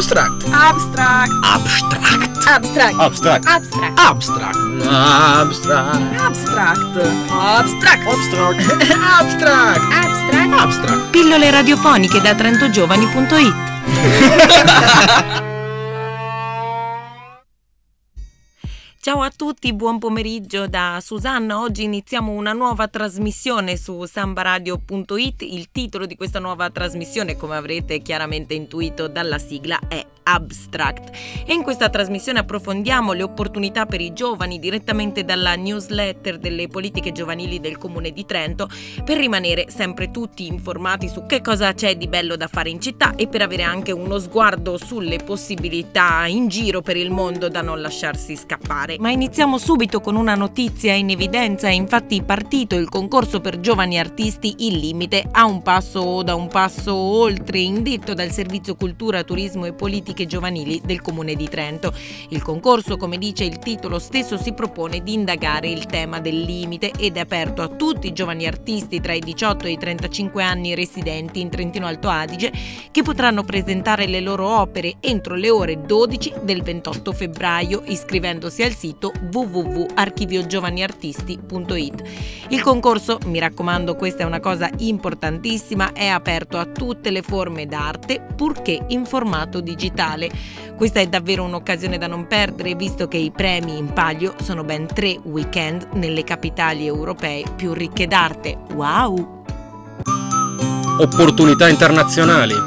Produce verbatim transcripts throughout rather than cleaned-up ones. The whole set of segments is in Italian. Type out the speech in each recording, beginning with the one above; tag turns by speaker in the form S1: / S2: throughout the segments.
S1: Abstract.
S2: Abstract.
S1: Abstract.
S2: Abstract.
S1: Abstract.
S2: Abstract.
S1: Abstract. Abstract.
S2: Abstract. Abstract.
S1: Abstract. Abstract.
S2: Abstract.
S1: Abstract.
S3: Pillole radiofoniche da trentogiovani punto it. Ciao a tutti, buon pomeriggio da Susanna. Oggi iniziamo una nuova trasmissione su samba radio punto it. Il titolo di questa nuova trasmissione, come avrete chiaramente intuito dalla sigla, è Abstract. E in questa trasmissione approfondiamo le opportunità per i giovani direttamente dalla newsletter delle politiche giovanili del Comune di Trento, per rimanere sempre tutti informati su che cosa c'è di bello da fare in città e per avere anche uno sguardo sulle possibilità in giro per il mondo da non lasciarsi scappare. Ma iniziamo subito con una notizia in evidenza. È infatti partito il concorso per giovani artisti Il Limite, a un passo o da un passo oltre, indetto dal Servizio Cultura, Turismo e Politiche Giovanili del Comune di Trento. Il concorso, come dice il titolo stesso, si propone di indagare il tema del limite ed è aperto a tutti i giovani artisti tra i diciotto e i trentacinque anni residenti in Trentino Alto Adige, che potranno presentare le loro opere entro le ore dodici del ventotto febbraio iscrivendosi al sito w w w punto archivio giovani artisti punto it. Il concorso, mi raccomando, questa è una cosa importantissima, è aperto a tutte le forme d'arte purché in formato digitale. Questa è davvero un'occasione da non perdere, visto che i premi in palio sono ben tre weekend nelle capitali europee più ricche d'arte. Wow!
S1: Opportunità internazionali.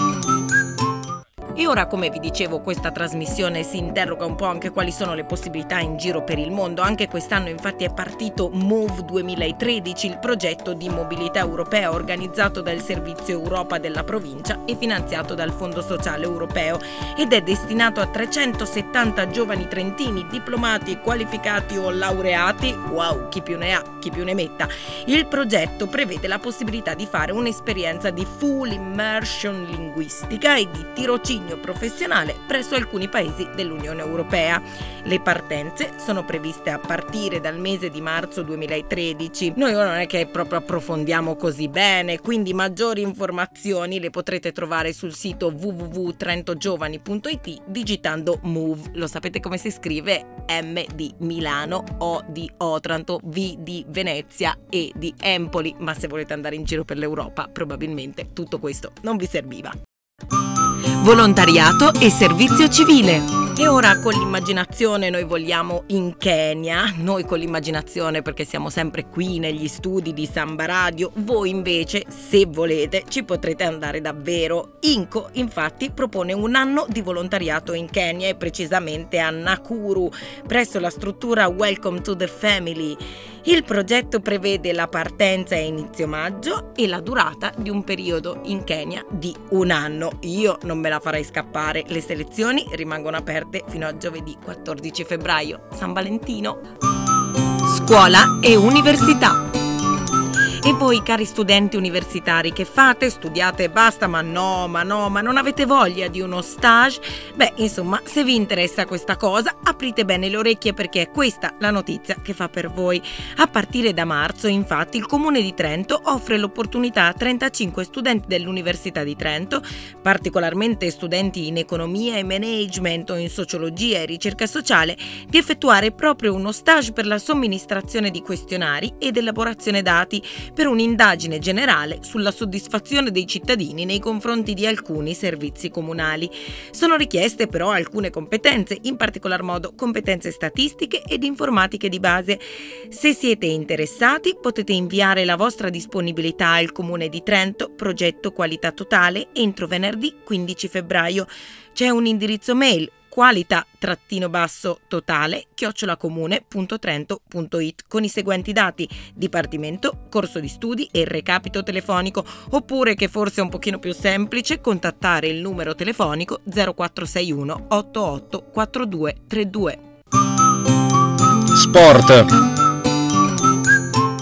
S3: E ora, come vi dicevo, questa trasmissione si interroga un po' anche quali sono le possibilità in giro per il mondo. Anche quest'anno infatti è partito Move duemilatredici, il progetto di mobilità europea organizzato dal Servizio Europa della provincia e finanziato dal Fondo Sociale Europeo, ed è destinato a trecentosettanta giovani trentini diplomati, qualificati o laureati. Wow, chi più ne ha, chi più ne metta. Il progetto prevede la possibilità di fare un'esperienza di full immersion linguistica e di tirocinio professionale presso alcuni paesi dell'Unione Europea. Le partenze sono previste a partire dal mese di marzo duemilatredici. Noi ora non è che proprio approfondiamo così bene, quindi maggiori informazioni le potrete trovare sul sito w w w punto trentogiovani punto it digitando Move. Lo sapete come si scrive? M di Milano, O di Otranto, V di Venezia, E di Empoli. Ma se volete andare in giro per l'Europa, probabilmente tutto questo non vi serviva. Volontariato e servizio civile. E ora con l'immaginazione noi vogliamo in Kenya, noi con l'immaginazione perché siamo sempre qui negli studi di Samba Radio, voi invece, se volete, ci potrete andare davvero. INCO infatti propone un anno di volontariato in Kenya e precisamente a Nakuru, presso la struttura Welcome to the Family. Il progetto prevede la partenza a inizio maggio e la durata di un periodo in Kenya di un anno. Io non me la farei scappare, le selezioni rimangono aperte fino a giovedì quattordici febbraio, San Valentino. Scuola e università. E voi, cari studenti universitari, che fate? Studiate e basta? Ma no, ma no, ma non avete voglia di uno stage? Beh, insomma, se vi interessa questa cosa, aprite bene le orecchie perché è questa la notizia che fa per voi. A partire da marzo, infatti, il Comune di Trento offre l'opportunità a trentacinque studenti dell'Università di Trento, particolarmente studenti in economia e management o in sociologia e ricerca sociale, di effettuare proprio uno stage per la somministrazione di questionari ed elaborazione dati per un'indagine generale sulla soddisfazione dei cittadini nei confronti di alcuni servizi comunali. Sono richieste però alcune competenze, in particolar modo competenze statistiche ed informatiche di base. Se siete interessati potete inviare la vostra disponibilità al Comune di Trento, progetto Qualità Totale, entro venerdì quindici febbraio. C'è un indirizzo mail: qualità trattino basso totale chiocciolacomune punto trento punto it con i seguenti dati: dipartimento, corso di studi e recapito telefonico, oppure, che forse è un pochino più semplice, contattare il numero telefonico zero quattro sei uno otto otto quattro due tre due.
S1: Sport.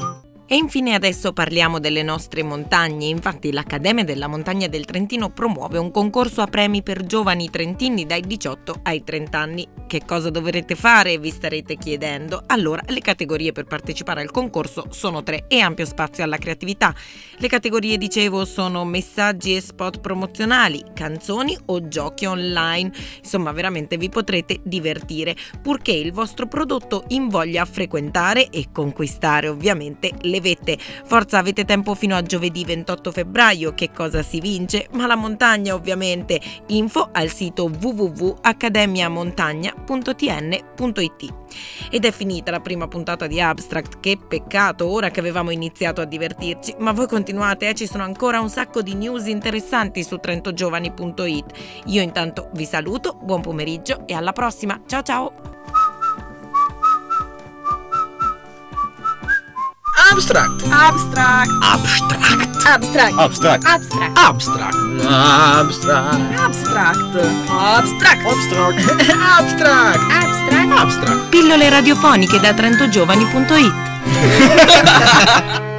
S3: E infine adesso parliamo delle nostre montagne. Infatti l'Accademia della Montagna del Trentino promuove un concorso a premi per giovani trentini dai diciotto ai trenta anni. Che cosa dovrete fare? Vi starete chiedendo. Allora, le categorie per partecipare al concorso sono tre e ampio spazio alla creatività. Le categorie, dicevo, sono messaggi e spot promozionali, canzoni o giochi online. Insomma, veramente vi potrete divertire, purché il vostro prodotto invoglia a frequentare e conquistare ovviamente le vette. Forza, avete tempo fino a giovedì ventotto febbraio. Che cosa si vince? Ma la montagna, ovviamente. Info al sito w w w punto accademia montagna punto t n punto i t. Ed è finita la prima puntata di Abstract. Che peccato, ora che avevamo iniziato a divertirci, ma voi continuate, eh? Ci sono ancora un sacco di news interessanti su trentogiovani punto it. Io intanto vi saluto, buon pomeriggio e alla prossima. Ciao ciao!
S1: Abstract.
S2: Abstract.
S1: Abstract.
S2: Abstract.
S1: Abstract.
S2: Abstract.
S1: Abstract. Abstract.
S2: Abstract. Abstract.
S1: Abstract. Abstract.
S2: Abstract.
S1: Abstract.
S3: Pillole radiofoniche da trentogiovani punto it.